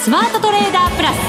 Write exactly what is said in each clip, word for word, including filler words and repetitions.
スマートトレーダープラス。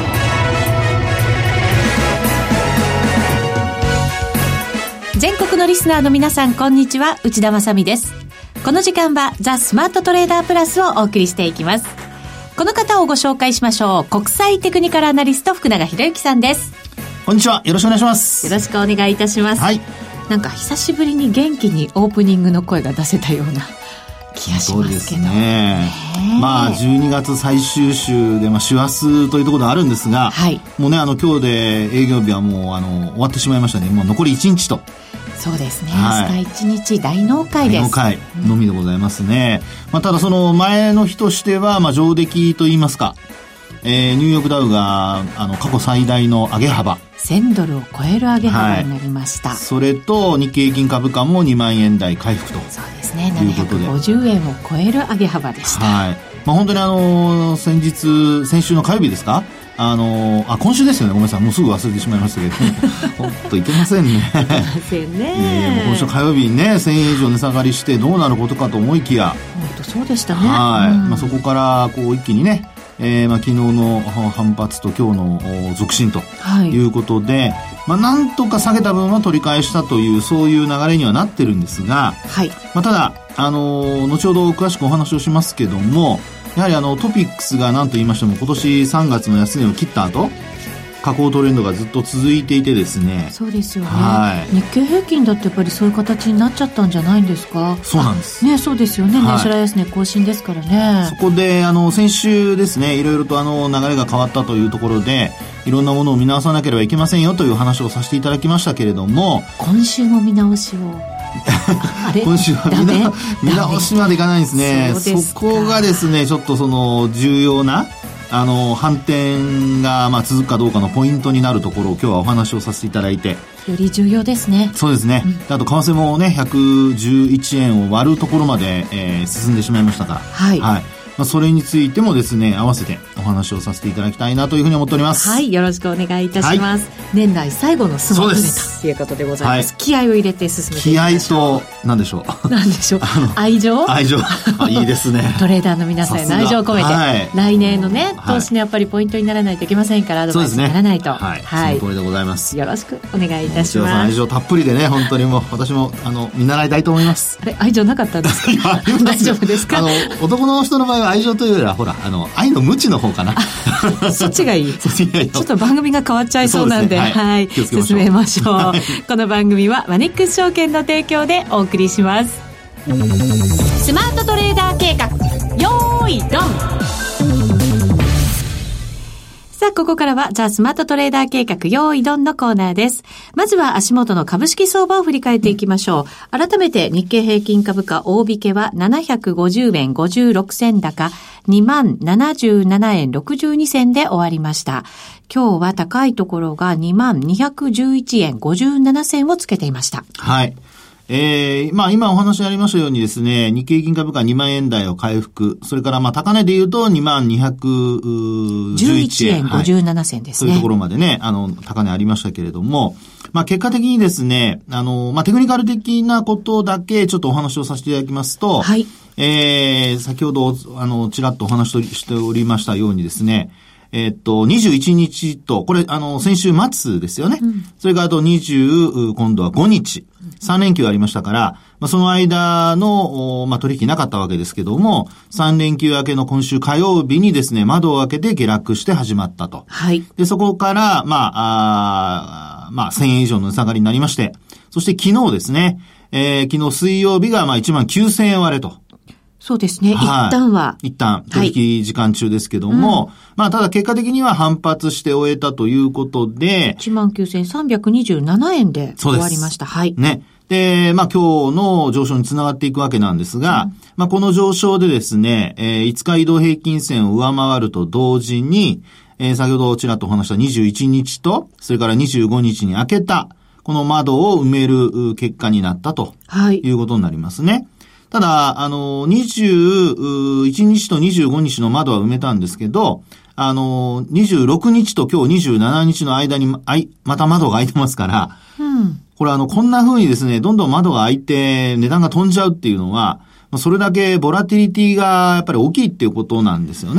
全国のリスナーの皆さん、こんにちは、内田まさみです。この時間はザ・スマートトレーダープラスをお送りしていきます。この方をご紹介しましょう。国際テクニカルアナリスト福永博之さんです。 こんにちは、よろしくお願いします。 よろしくお願いいたします。 はい。 なんか久しぶりに元気にオープニングの声が出せたような気がしますけどね。 まあじゅうにがつ最終週で、まあ、師走というところであるんですが、はい、もうね、あの今日で営業日はもうあの終わってしまいましたね。もう残りいちにちと。 そうですね、はい、明日いちにち大納会です。 大納会のみでございますね、うん。まあ、ただその前の日としては、まあ、上出来といいますか、えー、ニューヨークダウがあの過去最大の上げ幅せんドルを超える上げ幅になりました、 はい、それと日経平均株価もにまんえん台回復と。 そうですね、ななひゃくごじゅうえんを超える上げ幅でした。 はい。まあ、本当にあの先日先週の火曜日ですか、あのあ今週ですよね、ごめんなさい、もうすぐ忘れてしまいましたけど本当いけませんね。いけませんね。 えー、今週火曜日にねせんえん以上値下がりしてどうなることかと思いきや、 本当そうでしたね。 はい、 うん、 まあ、そこからこう一気にね、えーまあ、昨日の反発と今日の続伸ということで、はい、まあ、なんとか下げた分は取り返したというそういう流れにはなってるんですが、はい、まあ、ただ、あのー、後ほど詳しくお話をしますけども、やはりあのトピックスが何と言いましても今年さんがつの安値を切った後下降トレンドがずっと続いていてですね。 そうですよね、はい、日経平均だってやっぱりそういう形になっちゃったんじゃないんですか。 そうなんです、 ね、そうですよね、年初来安値更新ですからね。 そこであの先週ですね、いろいろとあの流れが変わったというところでいろんなものを見直さなければいけませんよという話をさせていただきましたけれども、 今週も見直しをあれ今週は見な見直しまでいかないんですね。 そ, そこがですねちょっとその重要なあの反転がまあ続くかどうかのポイントになるところを今日はお話をさせていただいて、 より重要ですね。 そうですね、うん、あと為替もねひゃくじゅういちえんを割るところまで、えー、進んでしまいましたから、はい、はい、まあ、それについてもですね合わせてお話をさせていただきたいなというふうに思っております。 はい、よろしくお願いいたします、はい、年内最後のスマートネタということでございます、はい、気合を入れて進めていきましょう。 気合と何でしょう何でしょう愛情愛情あ、いいですね。 トレーダーの皆さんへの愛情を込めて、はい、来年のね投資のやっぱりポイントにならないといけませんから、アドバイスにならないと、 はい、はい、その通りでございます。 よろしくお願いいたします。 愛情たっぷりでね、本当にもう私もあの見習いたいと思います。 あれ、愛情なかったんですか大丈夫ですか。 あの男の人の場合は愛情というよりはほらあの愛の無知の方かなそっちがいいそっちがいい。 ちょっと番組が変わっちゃいそうなんで、で、ね、はい、はい、進めましょう、はい、この番組はマネックス証券の提供でお送りします。スマートトレーダー計画、よーいドン。さあ、ここからはザ・スマートトレーダー計画用意ドンのコーナーです。まずは足元の株式相場を振り返っていきましょう。改めて日経平均株価大引けはななひゃくごじゅうえんごじゅうろくせん高 にまんななじゅうななえんろくじゅうにせんで終わりました。今日は高いところが にまんにひゃくじゅういちえんごじゅうななせんをつけていました。 はい。えー、まあ今お話ありましたようにですね、日経平均株価にまんえん台を回復、それからまあ高値で言うと にまんにひゃくじゅういちえんごじゅうななせんですね。 そういうところまでね、あの、高値ありましたけれども、まあ結果的にですね、あの、まあテクニカル的なことだけちょっとお話をさせていただきますと、はい。えー、先ほど、あの、ちらっとお話ししておりましたようにですね、えっと、にじゅういちにちと、これ、あの、先週末ですよね。うん、それからあとにじゅう、今度はごにち。さん連休ありましたから、まあ、その間の、まあ、取引なかったわけですけども、さん連休明けの今週火曜日にですね、窓を開けて下落して始まったと。はい。で、そこから、まあ、あまあ、せんえん以上の値下がりになりまして、そして昨日ですね、えー、昨日水曜日が、まあ、いちまんきゅうせんえん割れと。 そうですね。はい、一旦は。 一旦、取引時間中ですけども、はい、うん、まあ、ただ結果的には反発して終えたということで、 いちまんきゅうせんさんびゃくにじゅうななえんで終わりました。はい。 ね。で、まあ、今日の上昇につながっていくわけなんですが、うん、まあ、この上昇でですね、えー、いつか移動平均線を上回ると同時に、えー、先ほどちらっとお話したにじゅういちにちと、それからにじゅうごにちに開けた、この窓を埋める結果になったということになりますね。はい、ただ、あの、にじゅういちにちとにじゅうごにちの窓は埋めたんですけど、あの、にじゅうろくにちと今日にじゅうしちにちの間に、あい、また窓が開いてますから、うん、これあの、こんな風にですね、どんどん窓が開いて値段が飛んじゃうっていうのは、それだけボラティリティがやっぱり大きいっていうことなんですよね。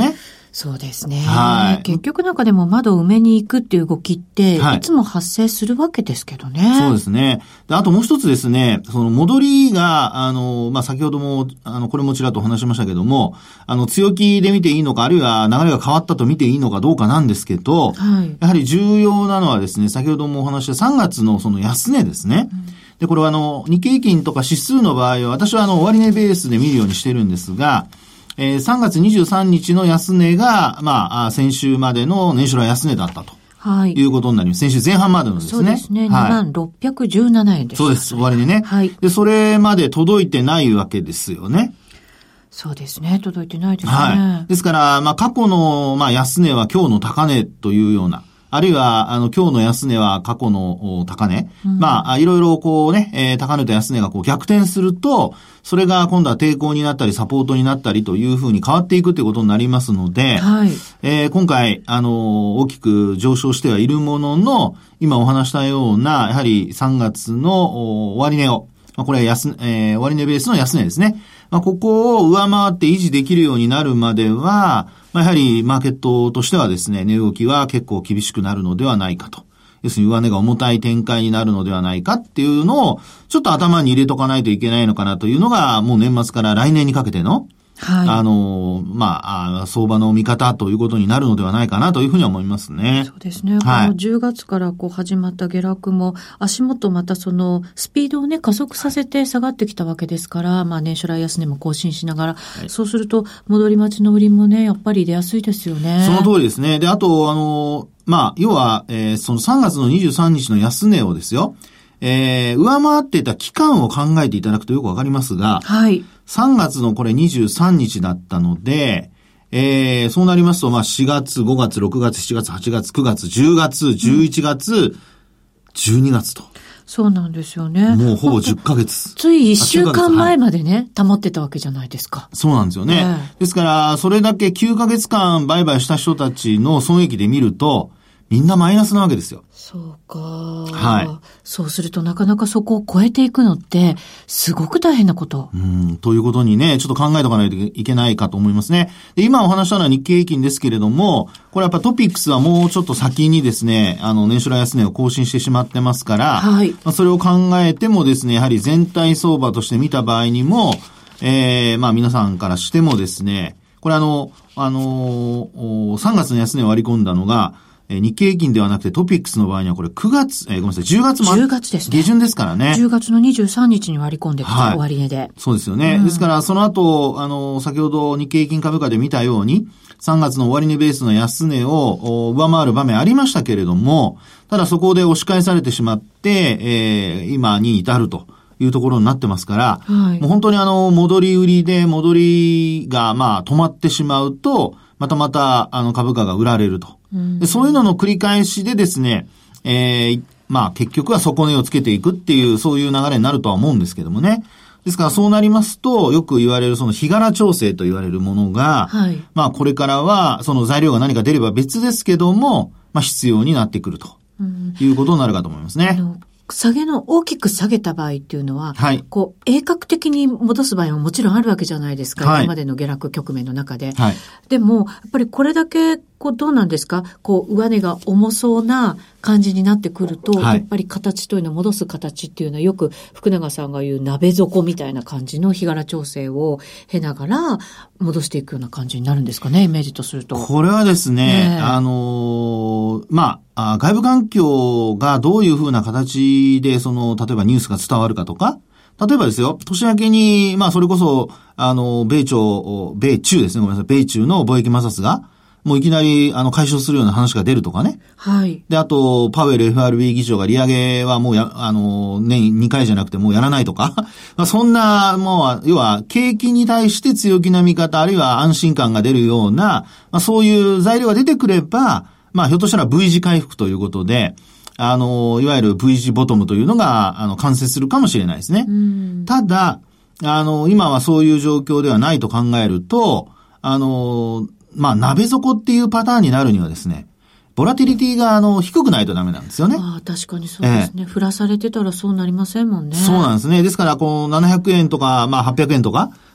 そうですね。はい。結局なんかでも窓を埋めに行くっていう動きって、はい、いつも発生するわけですけどね。 そうですね。で、あともう一つですね、その戻りが、あの、まあ、先ほども、あの、これもちらっとお話しましたけども、あの、強気で見ていいのか、あるいは流れが変わったと見ていいのかどうかなんですけど、はい、やはり重要なのはですね、先ほどもお話したさんがつのその安値ですね。うん、で、これはあの、日経平均とか指数の場合は、私はあの、終値ベースで見るようにしてるんですが、えー、さんがつにじゅうさんにちの安値が、まあ、先週までの年初来安値だったと。はい。いうことになります。先週前半までのですね。 そうですね。はい、にまんろっぴゃくじゅうななえんです。 そうです。終値ね。はい。で、それまで届いてないわけですよね。 そうですね。届いてないですね。 はい。ですから、まあ、過去の、まあ、安値は今日の高値というような、あるいは、あの、今日の安値は過去の高値。うん、まあ、いろいろこうね、えー、高値と安値がこう逆転すると、それが今度は抵抗になったりサポートになったりというふうに変わっていくということになりますので、はい。えー、今回、あの、大きく上昇してはいるものの、今お話したような、やはりさんがつの終値を、まあ、これは安、えー、終値ベースの安値ですね。まあ、ここを上回って維持できるようになるまでは、まあ、やはりマーケットとしてはですね、値動きは結構厳しくなるのではないかと。要するに上値が重たい展開になるのではないかっていうのを、ちょっと頭に入れとかないといけないのかなというのが、もう年末から来年にかけての、はい。あの、まあ、相場の見方ということになるのではないかなというふうに思いますね。 そうですね。はい。このじゅうがつからこう始まった下落も、足元またそのスピードをね、加速させて下がってきたわけですから、まあ、年初来安値も更新しながら、はい、そうすると、戻り待ちの売りもね、やっぱり出やすいですよね。 その通りですね。で、あと、あの、まあ、要は、えー、そのさんがつのにじゅうさんにちの安値をですよ、えー、上回っていた期間を考えていただくとよくわかりますが、はい。さんがつのこれにじゅうさんにちだったので、えー、そうなりますと、まあ、しがつ、ごがつ、ろくがつ、しちがつ、はちがつ、くがつ、じゅうがつ、じゅういちがつ、うん、じゅうにがつと。 そうなんですよね。 もうほぼじゅっかげつ。 ついいっしゅうかんまえまでね、保ってたわけじゃないですか。 そうなんですよね。えー、ですから、それだけきゅうかげつかん売買した人たちの損益で見ると、みんなマイナスなわけですよ。 そうか。はい。そうするとなかなかそこを超えていくのって、すごく大変なこと。 うん、ということにね、ちょっと考えておかないといけないかと思いますね。で、今お話したのは日経平均ですけれども、これやっぱトピックスはもうちょっと先にですね、あの、年初来安値を更新してしまってますから、はい。まあ、それを考えてもですね、やはり全体相場として見た場合にも、えー、まあ皆さんからしてもですね、これあの、あの、さんがつの安値を割り込んだのが、日経平均ではなくてトピックスの場合にはこれくがつ、えー、ごめんなさい、じゅうがつまで。 じゅうがつですね。 下旬ですからね。 じゅうがつのにじゅうさんにちに割り込んできた終値で、はい。 そうですよね。うん、ですからその後、あの、先ほど日経平均株価で見たように、さんがつの終値ベースの安値を上回る場面ありましたけれども、ただそこで押し返されてしまって、えー、今に至ると。いうところになってますから、はい、もう本当にあの、戻り売りで戻りがまあ止まってしまうと、またまたあの株価が売られると。でそういうのの繰り返しでですね、えー、まあ結局は底値をつけていくっていう、そういう流れになるとは思うんですけどもね。ですからそうなりますと、よく言われるその日柄調整と言われるものが、はい、まあこれからはその材料が何か出れば別ですけども、まあ必要になってくるということになるかと思いますね。うん下げの、大きく下げた場合っていうのは、はい、こう、鋭角的に戻す場合ももちろんあるわけじゃないですか。はい、今までの下落局面の中で。はい、でも、やっぱりこれだけ、こう、どうなんですか？こう、上値が重そうな感じになってくると、はい、やっぱり形というのを戻す形っていうのはよく福永さんが言う鍋底みたいな感じの日柄調整を経ながら戻していくような感じになるんですかね、イメージとすると。 これはですね、ねあのー、まあ、外部環境がどういうふうな形で、その、例えばニュースが伝わるかとか、例えばですよ、年明けに、まあ、それこそ、あの、米朝、米中ですね、ごめんなさい、米中の貿易摩擦が、もういきなり、あの、解消するような話が出るとかね。はい。で、あと、パウエル エフアールビー 議長が利上げはもうや、あの、年にかいじゃなくてもうやらないとか。まあそんな、もう、要は、景気に対して強気な見方、あるいは安心感が出るような、まあそういう材料が出てくれば、まあひょっとしたら V 字回復ということで、あの、いわゆる V 字ボトムというのが、あの、完成するかもしれないですね。ただ、あの、今はそういう状況ではないと考えると、あの、まあ、鍋底っていうパターンになるにはですね、ボラティリティがあの低くないとダメなんですよね。 ああ、確かにそうですね。ええ、振らされてたらそうなりませんもんね。 そうなんですね。ですから、こう、ななひゃくえんとか、まあ、はっぴゃくえんとか、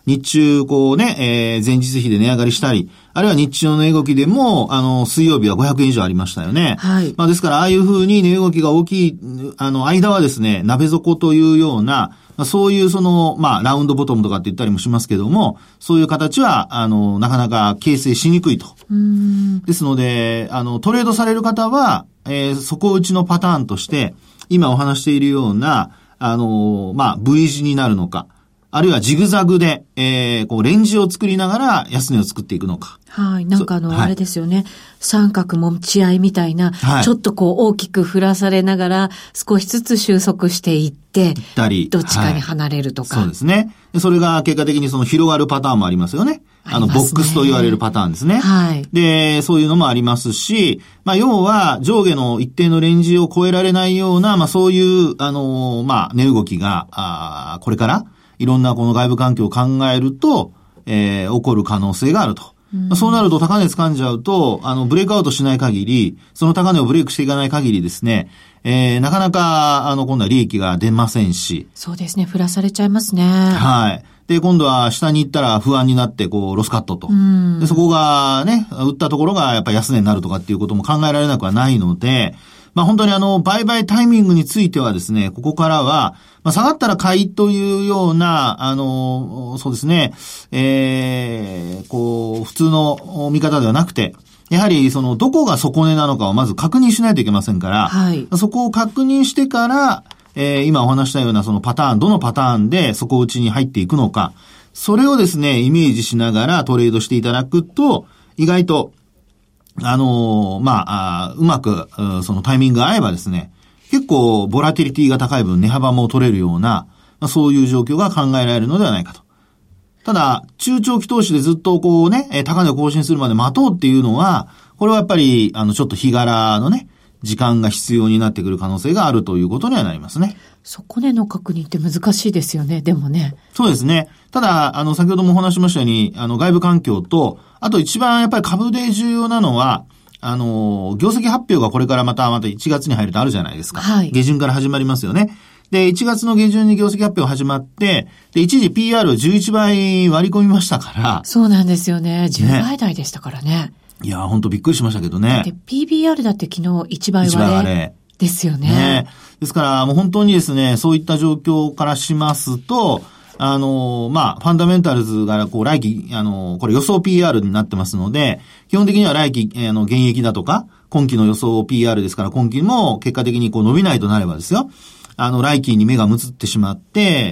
日中、こうね、えー、前日比で値上がりしたり、あるいは日中の値動きでも、あの、水曜日はごひゃくえん以上ありましたよね。 はい。 まあ、ですから、ああいう風に値動きが大きい、あの、間はですね、鍋底というような、そういうその、まあ、ラウンドボトムとかって言ったりもしますけども、そういう形は、あの、なかなか形成しにくいと。 うーん。 ですので、あの、トレードされる方は、えー、底打ちのパターンとして、今お話しているような、あの、まあ、V 字になるのか、あるいはジグザグで、えー、こう、レンジを作りながら安値を作っていくのか。 はい。なんかあの、あれですよね。三角持ち合いみたいな、はい、ちょっとこう大きく振らされながら少しずつ収束していって、いったり、どっちかに離れるとか。 はい、そうですね。それが結果的にその広がるパターンもありますよね。あの、ボックスと言われるパターンですね。 はい。 で、そういうのもありますし、まあ、要は上下の一定のレンジを超えられないような、まあ、そういう、あの、まあ、値動きが、あこれから、いろんなこの外部環境を考えると、えー、起こる可能性があると。うん、そうなると高値掴んじゃうと、あの、ブレイクアウトしない限り、その高値をブレイクしていかない限りですね、えー、なかなか、あの、今度は利益が出ませんし。 そうですね、振らされちゃいますね。 はい。で、今度は下に行ったら不安になって、こう、ロスカットと。 うん、 で、そこがね、売ったところがやっぱり安値になるとかっていうことも考えられなくはないので、まあ本当にあの、売買タイミングについてはですね、ここからは、まあ下がったら買いというような、あの、そうですね、えー、こう、普通の見方ではなくて、やはりその、どこが底値なのかをまず確認しないといけませんから、 はい、 そこを確認してから、えー、今お話したようなそのパターン、どのパターンで底打ちに入っていくのか、それをですね、イメージしながらトレードしていただくと、意外と、あのー、まあ、あうまく、そのタイミングが合えばですね、結構ボラティリティが高い分値幅も取れるような、まあ、そういう状況が考えられるのではないかと。ただ、中長期投資でずっとこうね、高値を更新するまで待とうっていうのは、これはやっぱり、あの、ちょっと日柄のね、時間が必要になってくる可能性があるということにはなりますね。 底値の確認って難しいですよね、でもね。 そうですね。ただ、あの、先ほどもお話しましたように、あの、外部環境と、あと一番やっぱり株で重要なのは、あの、業績発表がこれからまた、またいちがつに入るとあるじゃないですか。 はい。 下旬から始まりますよね。で、いちがつの下旬に業績発表始まって、で、一時 ピーアール じゅういちばい割り込みましたから。 そうなんですよね。じゅうばい台でしたからね。ねいや、ほんとびっくりしましたけどね。 で、ピービーアール だって昨日いちばい割れですよね。 ね。ですから、もう本当にですね、そういった状況からしますと、あの、まあ、ファンダメンタルズが、こう、来期、あの、これ予想 ピーアール になってますので、基本的には来期、あの、現役だとか、今期の予想 ピーアール ですから、今期も結果的にこう伸びないとなればですよ。あの、来期に目が向ってしまって、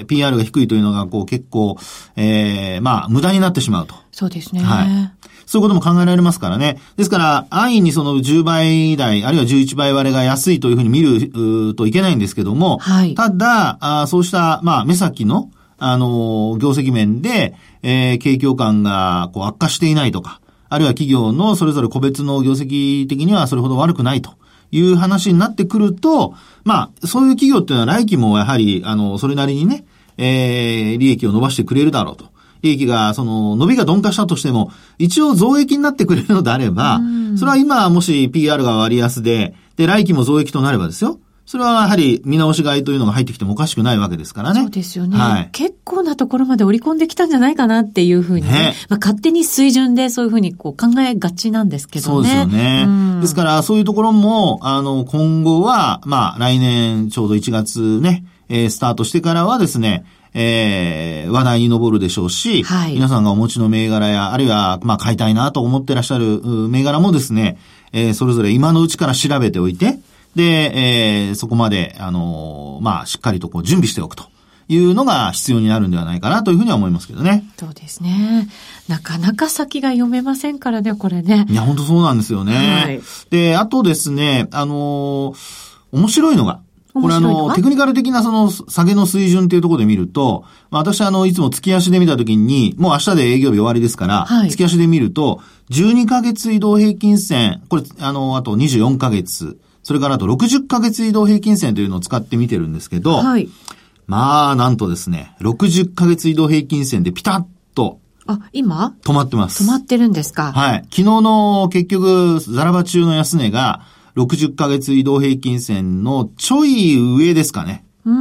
ピーアール が低いというのが、こう、結構、ええー、まあ、無駄になってしまうと。 そうですね。 はい。そういうことも考えられますからね。ですから、安易にそのじゅうばい台、あるいはじゅういちばい割れが安いというふうに見るといけないんですけども、 はい。 ただ、あそうした、まあ、目先の、あの、業績面で、えー、景況感が、こう、悪化していないとか、あるいは企業のそれぞれ個別の業績的にはそれほど悪くないという話になってくると、まあ、そういう企業っていうのは来期もやはり、あの、それなりにね、えー、利益を伸ばしてくれるだろうと。利益が、その、伸びが鈍化したとしても、一応増益になってくれるのであれば、それは今もし ピーアール が割安で、で、来期も増益となればですよ。それはやはり見直し買いというのが入ってきてもおかしくないわけですからね。 そうですよね。 はい、 結構なところまで織り込んできたんじゃないかなっていうふうにね。ねまあ、勝手に水準でそういうふうにこう考えがちなんですけどね。 そうですよね。ですからそういうところも、あの、今後は、まあ来年ちょうどいちがつね、えー、スタートしてからはですね、えー、話題に上るでしょうし、 はい、 皆さんがお持ちの銘柄や、あるいは、まあ買いたいなと思ってらっしゃる銘柄もですね、えー、それぞれ今のうちから調べておいて、で、えー、そこまで、あのー、まあ、しっかりとこう準備しておくというのが必要になるんではないかなというふうには思いますけどね。 そうですね。なかなか先が読めませんからね、これね。 いや、本当そうなんですよね。はい、で、あとですね、あのー、面白いのが、これあの、テクニカル的なその下げの水準っていうところで見ると、まあ、私あの、いつも月足で見たときに、もう明日で営業日終わりですから、はい、月足で見ると、じゅうにかげつ移動平均線、これあの、あとにじゅうよんかげつ、それからあとろくじゅっかげつ移動平均線というのを使って見てるんですけど、 はい。 まあ、なんとですね、ろくじゅっかげつ移動平均線でピタッと、 あ、今止まってます。 止まってるんですか。 はい。昨日の結局、ザラバ中の安値が、ろくじゅっかげつ移動平均線のちょい上ですかね。 うーん。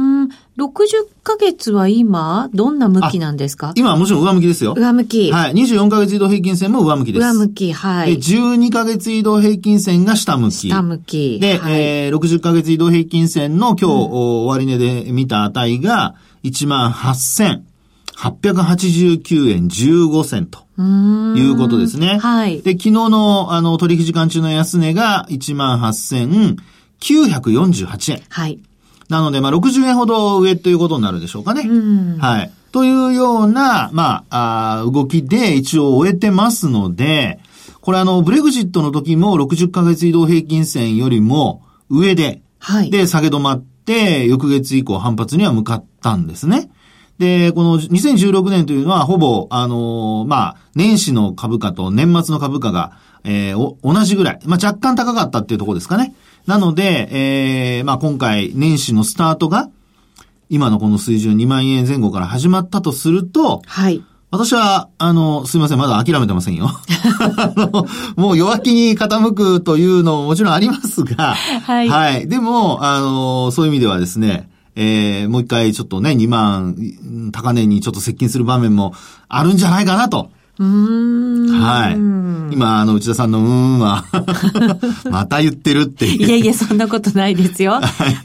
ろくじゅっかげつは今、どんな向きなんですか？ 今はもちろん上向きですよ。 上向き。 はい。にじゅうよんかげつ移動平均線も上向きです。 上向き、はい。 で、じゅうにかげつ移動平均線が下向き。 下向き。 で、はい、えー、ろくじゅっかげつ移動平均線の今日、うん、終値で見た値が いちまんはっせんはっぴゃくはちじゅうきゅうえんじゅうごせんということですね。 はい。 で、昨日のあの取引時間中の安値が いちまんはっせんきゅうひゃくよんじゅうはちえん。 はい。 なので、まあ、ろくじゅうえんほど上ということになるでしょうかね。 うん。 はい。というような、まあ、あ動きで一応終えてますので、これあの、ブレグジットの時もろくじゅっかげつ移動平均線よりも上で、 はい。 で、下げ止まって、翌月以降反発には向かったんですね。で、このにせんじゅうろくねんというのは、ほぼ、あのー、まあ、年始の株価と年末の株価が、えー、お、同じぐらい。まあ、若干高かったっていうところですかね。なので、えー、まあ、今回、年始のスタートが、今のこの水準にまんえんぜん後から始まったとすると、 はい。 私は、あの、すいません、まだ諦めてませんよ。あの、もう弱気に傾くというのももちろんありますが、 はい。 はい。でも、あの、そういう意味ではですね、えー、もう一回ちょっとね、にまん高値にちょっと接近する場面もあるんじゃないかなと。 うーん。 はい。今、あの、内田さんのうーんは、また言ってるっていう。 いやいや、そんなことないですよ。はい。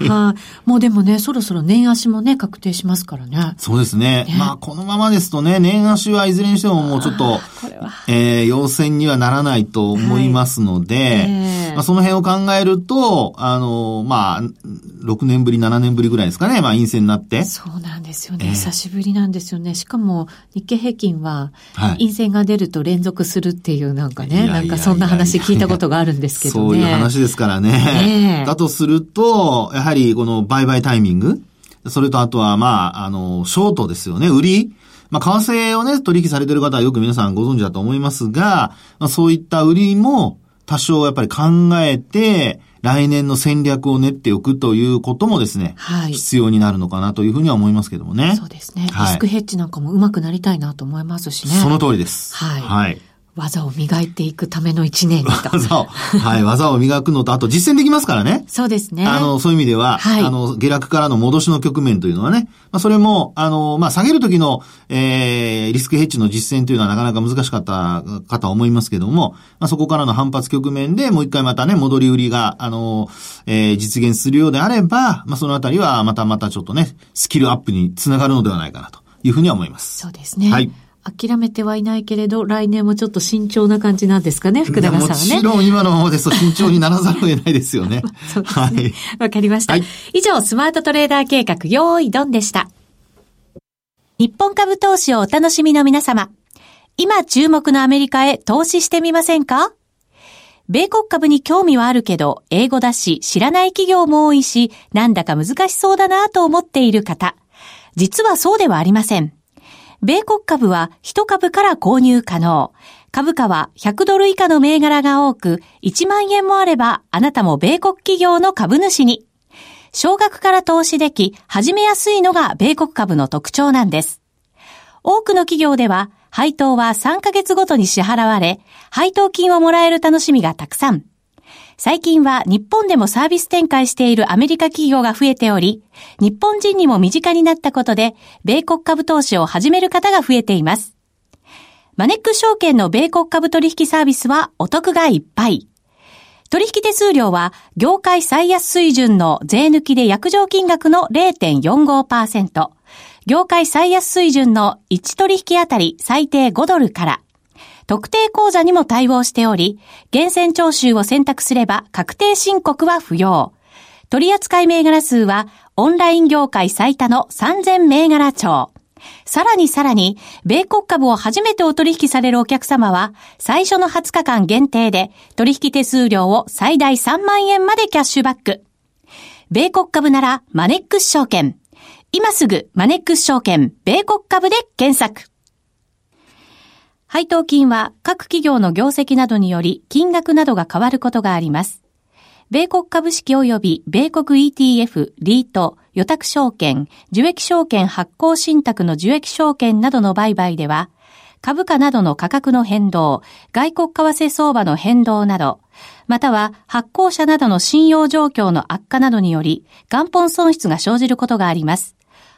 はあ、もうでもね、そろそろ年足もね、確定しますからね。 そうですね。ね、まあ、このままですとね、年足はいずれにしてももうちょっと、 これはえー、陽線にはならないと思いますので、はい、えー、まあ、その辺を考えると、あの、まあ、ろくねんぶり、ななねんぶりぐらいですかね、まあ、陰線になって。 そうなんですよね。えー、久しぶりなんですよね。しかも、日経平均は、陰線が出ると連続するっていうなんかね、なんかそんな話聞いたことがあるんですけどね。 そういう話ですからね。えー、だとすると、やはりこの売買タイミング、それとあとはまあ、あの、ショートですよね、売り。まあ、為替をね、取引されている方はよく皆さんご存知だと思いますが、まあ、そういった売りも多少やっぱり考えて、来年の戦略を練っておくということもですね、はい、必要になるのかなというふうには思いますけどもね。 そうですね。はい、リスクヘッジなんかも上手くなりたいなと思いますしね。 その通りです。 はい。 はい。 技を磨いていくための一年にと。 技を、はい、技を磨くのと、あと実践できますからね。 そうですね。 あの、そういう意味では、はい、あの、下落からの戻しの局面というのはね、まあ、それも、あの、まあ、下げる時の、えー、リスクヘッジの実践というのはなかなか難しかったかと思いますけども、まあ、そこからの反発局面でもう一回またね、戻り売りが、あの、えー、実現するようであれば、まあ、そのあたりはまたまたちょっとね、スキルアップにつながるのではないかなというふうには思います。 そうですね。 はい。 諦めてはいないけれど、来年もちょっと慎重な感じなんですかね、福永さんはね。 もちろん今のままですと慎重にならざるを得ないですよね。 そうですね。はい。わかりました。はい、以上、スマートトレーダー計画、用意ドンでした。日本株投資をお楽しみの皆様。今注目のアメリカへ投資してみませんか？米国株に興味はあるけど、英語だし、知らない企業も多いし、なんだか難しそうだなと思っている方。実はそうではありません。米国株はいち株から購入可能。株価はひゃくドル以下の銘柄が多く、いちまんえんもあればあなたも米国企業の株主に。少額から投資でき、始めやすいのが米国株の特徴なんです。多くの企業では、配当はさんかげつごとに支払われ、配当金をもらえる楽しみがたくさん。最近は日本でもサービス展開しているアメリカ企業が増えており、日本人にも身近になったことで、米国株投資を始める方が増えています。マネックス証券の米国株取引サービスはお得がいっぱい。取引手数料は業界最安水準の税抜きで約定金額の れいてんよんごパーセント、業界最安水準のいち取引あたり最低ごドルから、特定口座にも対応しており、厳選徴収を選択すれば確定申告は不要。取扱銘柄数はオンライン業界最多のさんぜん銘柄超。さらにさらに、米国株を初めてお取引されるお客様は、最初のはつかかん限定で取引手数料を最大さんまんえんまでキャッシュバック。米国株ならマネックス証券。今すぐマネックス証券米国株で検索。配当金は各企業の業績などにより金額などが変わることがあります。米国株式及び米国 イーティーエフ、リート、予託証券、受益証券発行信託の受益証券などの売買では、株価などの価格の変動、外国為替相場の変動など、または発行者などの信用状況の悪化などにより元本損失が生じることがあります。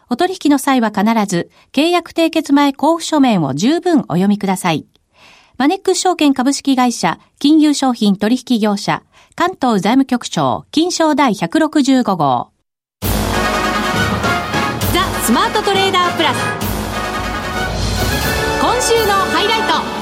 お取引の際は必ず、契約締結前交付書面を十分お読みください。マネックス証券株式会社、金融商品取引業者、関東財務局長、金商第ひゃくろくじゅうご号。ザ・スマートトレーダープラス。今週のハイライト。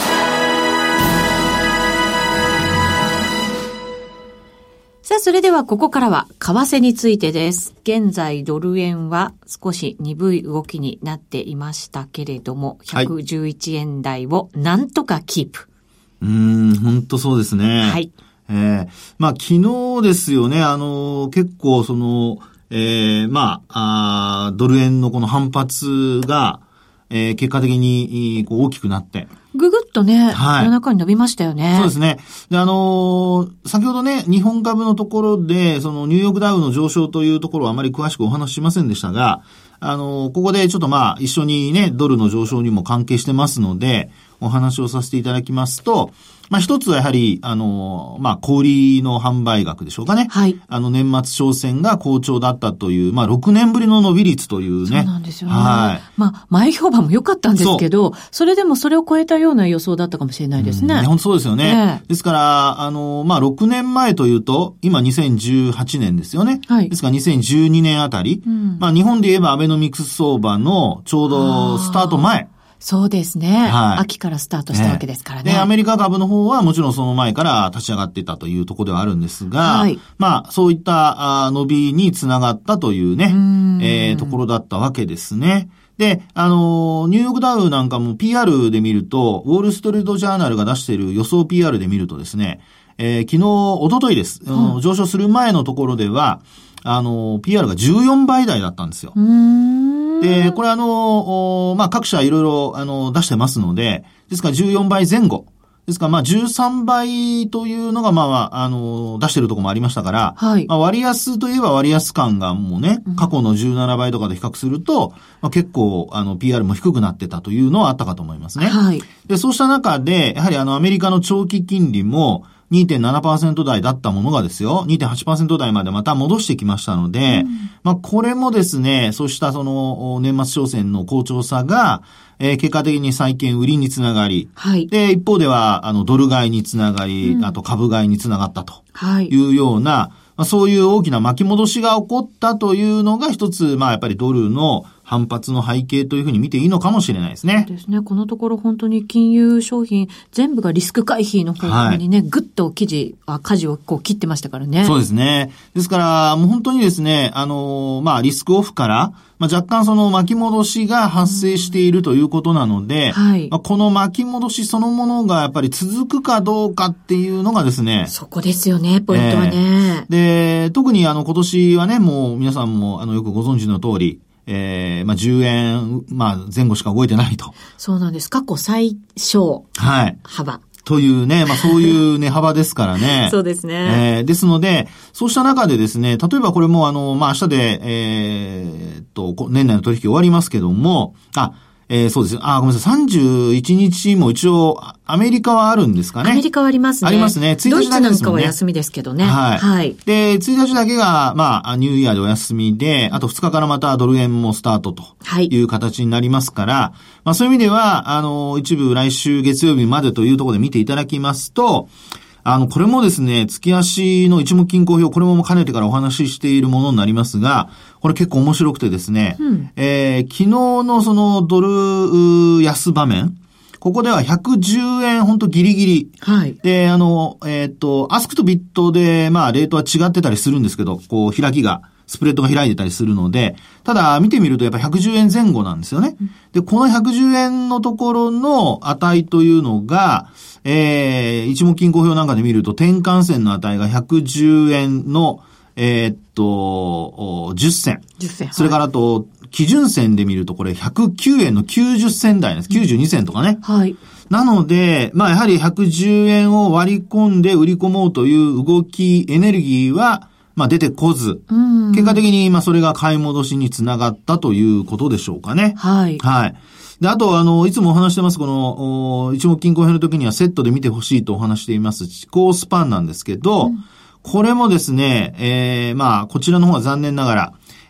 さあ、それではここからは為替についてです。現在ドル円は少し鈍い動きになっていましたけれども、ひゃくじゅういちえん台をなんとかキープ。 はい、うーん、本当そうですね。 はい。 えー、まあ昨日ですよね、あの、結構その、えー、まあ、あドル円のこの反発が、えー、結果的にこう大きくなって。 ぐぐっとね、はい、夜中に伸びましたよね。 そうですね。で、あのー、先ほどね、日本株のところで、そのニューヨークダウの上昇というところはあまり詳しくお話ししませんでしたが、あのー、ここでちょっとまあ、一緒にね、ドルの上昇にも関係してますので、お話をさせていただきますと、まあ一つはやはり、あの、まあ小売の販売額でしょうかね。はい。あの年末商戦が好調だったという、まあろくねんぶりの伸び率というね。 そうなんですよね。はい。まあ前評判も良かったんですけど、そ, それでもそれを超えたような予想だったかもしれないですね。うん、 本当そうですよね。えー、ですから、あの、まあろくねんまえというと、今にせんじゅうはちねんですよね。はい。ですからにせんじゅうにねんあたり、うん、まあ日本で言えばアベノミクス相場のちょうどスタート前。 そうですね、はい。秋からスタートしたわけですからね。 で、アメリカ株の方はもちろんその前から立ち上がっていたというところではあるんですが、はい、まあ、そういった伸びにつながったというね、うえー、ところだったわけですね。で、あの、ニューヨークダウなんかも ピーアール で見ると、ウォールストリートジャーナルが出している予想 ピーアール で見るとですね、えー、昨日、一昨日です、うん。上昇する前のところでは、あの、ピーアール がじゅうよんばい台だったんですよ。うーんで、これあの、まあ、各社いろいろ、あの、出してますので、ですからじゅうよんばいぜん後。ですから、まあ、じゅうさんばいというのが、まあ、あの、出してるところもありましたから、はい。まあ、割安といえば割安感がもうね、過去のじゅうななばいとかで比較すると、まあ、結構、あの、ピーアール も低くなってたというのはあったかと思いますね。はい。で、そうした中で、やはりあの、アメリカの長期金利も、にてんななパーセント 台だったものがですよ、にてんはちパーセント 台までまた戻してきましたので、うん、まあこれもですね、そうしたその年末商戦の好調さが、えー、結果的に債券売りにつながり、はい、で、一方ではあのドル買いにつながり、うん、あと株買いにつながったというような、はい、まあ、そういう大きな巻き戻しが起こったというのが一つ、まあやっぱりドルの反発の背景というふうに見ていいのかもしれないですね。 そうですね。このところ本当に金融商品全部がリスク回避の方向にね、はい、ぐっと記事、舵をこう切ってましたからね。 そうですね。ですから、もう本当にですね、あの、まあリスクオフから、まあ若干その巻き戻しが発生しているということなので、はい、まあ、この巻き戻しそのものがやっぱり続くかどうかっていうのがですね。 そこですよね、ポイントはね。 えー、で、特にあの今年はね、もう皆さんもあのよくご存知の通り、えー、まあ、じゅうえん、まあ、前後しか動いてないと。 そうなんです。過去最小。はい。幅。 というね、まあ、そういう値幅ですからね。 そうですね。 えー、ですので、そうした中でですね、例えばこれもあの、まあ、明日で、えー、っと、年内の取引終わりますけども、あ、えー、そうです。あ、ごめんなさい。さんじゅういちにちも一応、アメリカはあるんですかね。 アメリカはありますね。 ありますね。 ついたちだけですもんね。ドイツなんかは休みですけどね。 はい。はい。で、ついたちだけが、まあ、ニューイヤーでお休みで、あとふつかからまたドル円もスタートという形になりますから、はい、まあそういう意味では、あの、一部来週月曜日までというところで見ていただきますと、あの、これもですね、月足の一目均衡表、これもかねてからお話ししているものになりますが、これ結構面白くてですね、うん、えー、昨日のそのドル安場面、ここではひゃくじゅうえんほんとギリギリ。はい。で、あの、えっと、アスクとビットで、まあ、レートは違ってたりするんですけど、こう、開きが、スプレッドが開いてたりするので、ただ、見てみるとやっぱひゃくじゅうえん前後なんですよね。うん、で、このひゃくじゅうえんのところの値というのが、えー、一目均衡表なんかで見ると、転換線の値がひゃくじゅうえんの、えー、っと、じゅっ銭。じゅっ銭。それからあと、はい、基準線で見るとこれひゃくきゅうえんのきゅうじゅっ銭台です。きゅうじゅうに銭とかね。はい。なので、まあやはりひゃくじゅうえんを割り込んで売り込もうという動き、エネルギーは、まあ出てこず、うん、結果的にまあそれが買い戻しにつながったということでしょうかね。はい。はい。で、あと、あの、いつもお話してます、この、一目均衡表の時にはセットで見てほしいとお話しています、地高スパンなんですけど、うん、これもですね、えー、まあ、こちらの方は残念ながら、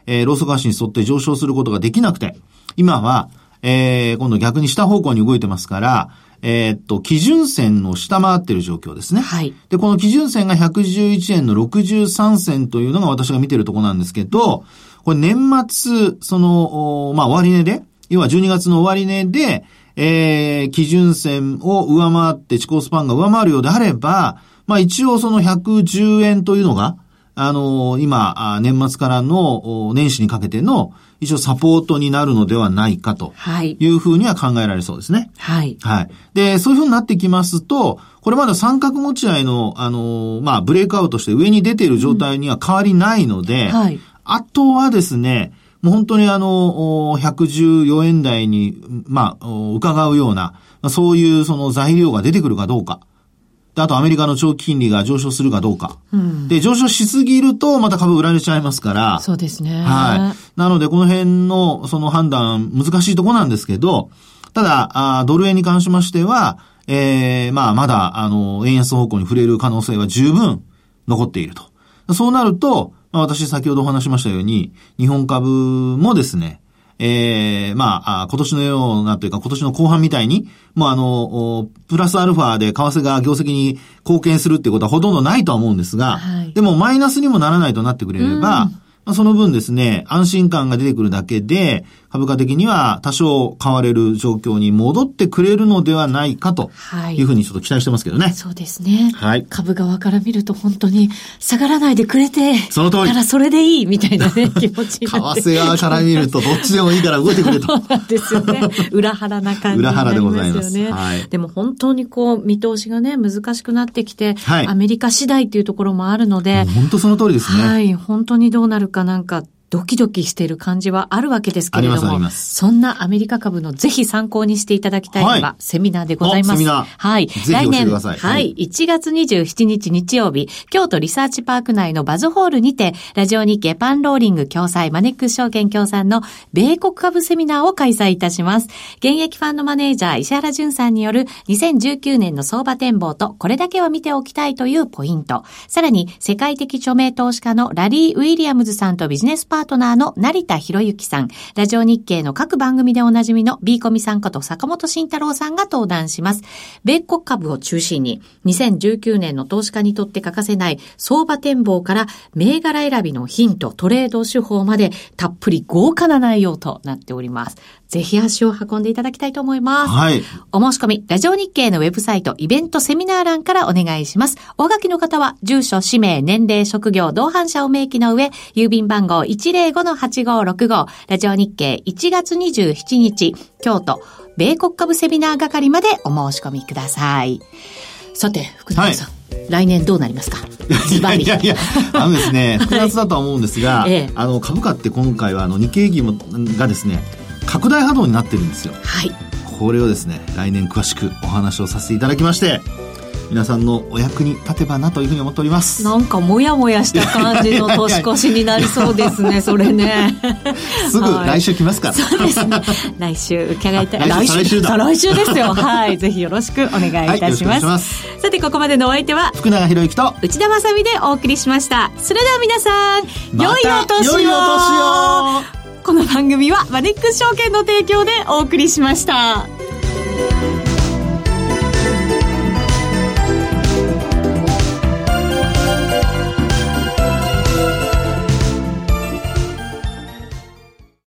えー、ローソク足に沿って上昇することができなくて、今は、えー、今度逆に下方向に動いてますから、えー、っと、基準線の下回っている状況ですね。はい。で、この基準線がひゃくじゅういちえんのろくじゅうさんせんというのが私が見ているところなんですけど、これ年末、その、まあ、終値で、要はじゅうにがつの終値で、えー、基準線を上回って、地高スパンが上回るようであれば、まあ、一応そのひゃくじゅうえんというのが、あのー、今、年末からの年始にかけての一応サポートになるのではないかというふうには考えられそうですね。はい。はい。で、そういうふうになってきますと、これまだ三角持ち合いの、あのー、まあ、ブレイクアウトして上に出ている状態には変わりないので、うん、はい。あとはですね、もう本当にあの、ひゃくじゅうよえん台に、まあ、伺うような、そういうその材料が出てくるかどうか。あとアメリカの長期金利が上昇するかどうか。うん、で、上昇しすぎるとまた株売られちゃいますから。 そうですね。 はい。なのでこの辺のその判断難しいところなんですけど、ただ、あドル円に関しましては、えー、まあまだ、あの、円安方向に触れる可能性は十分残っていると。そうなると、まあ、私先ほどお話しましたように、日本株もですね、ええー、まあ、今年のようなというか、今年の後半みたいに、もうあの、プラスアルファで為替が業績に貢献するっていうことはほとんどないとは思うんですが、はい、でもマイナスにもならないとなってくれれば、うんまあ、その分ですね、安心感が出てくるだけで、株価的には多少買われる状況に戻ってくれるのではないかというふうにちょっと期待してますけどね。はい、 そうですね。はい。株側から見ると本当に下がらないでくれて、その通り。たらそれでいいみたいなね、気持ちになって。 為替側から見るとどっちでもいいから動いてくれと。 そうなんですよね。裏腹な感じになりますよね。裏腹でございます。はい。でも本当にこう見通しがね、難しくなってきて、はい、アメリカ次第っていうところもあるので。 本当その通りですね。 はい。本当にどうなるかなんか、ドキドキしている感じはあるわけですけれども、ありますあります。そんなアメリカ株のぜひ参考にしていただきたいのが、はい、セミナーでございます。セミナー。はい。ぜひ教えてください。来年、はい。いちがつにじゅうしちにち日曜日、京都リサーチパーク内のバズホールにて、ラジオ日経パンローリング共催マネックス証券協賛の米国株セミナーを開催いたします。現役ファンドマネージャー石原淳さんによるにせんじゅうきゅうねんの相場展望と、これだけは見ておきたいというポイント。さらに、世界的著名投資家のラリー・ウィリアムズさんとビジネスパートナーの成田博之さん、ラジオ日経の各番組でおなじみの B コミさんこと坂本慎太郎さんが登壇します。米国株を中心ににせんじゅうきゅうねんの投資家にとって欠かせない相場展望から銘柄選びのヒント、トレード手法までたっぷり豪華な内容となっております。ぜひ足を運んでいただきたいと思います。はい。お申し込み、ラジオ日経のウェブサイト、イベントセミナー欄からお願いします。お書きの方は、住所、氏名、年齢、職業、同伴者を明記の上、郵便番号 いちまるごのはちごろくご、ラジオ日経いちがつにじゅうしちにち、京都、米国株セミナー係までお申し込みください。さて、福永さん。はい、来年どうなりますか？ いやいやいや、あのですね、複雑だとは思うんですが、はい、ええ、あの株価って今回はあの日経平均がですね、拡大波動になってるんですよ。はい。これをですね、来年詳しくお話をさせていただきまして、皆さんのお役に立てばなというふうに思っております。 なんかもやもやした感じの年越しになりそうですね、それね。 すぐ来週来ますから。 そうですね。来週伺いたい。 来週、来週だ。 来週ですよ。はい。ぜひよろしくお願いいたします。はい、ます。さて、ここまでのお相手は、 福永博之と内田まさみでお送りしました。それでは皆さん、 ま、良いお年を。良いお年を。 この番組はマネックス証券の提供でお送りしました。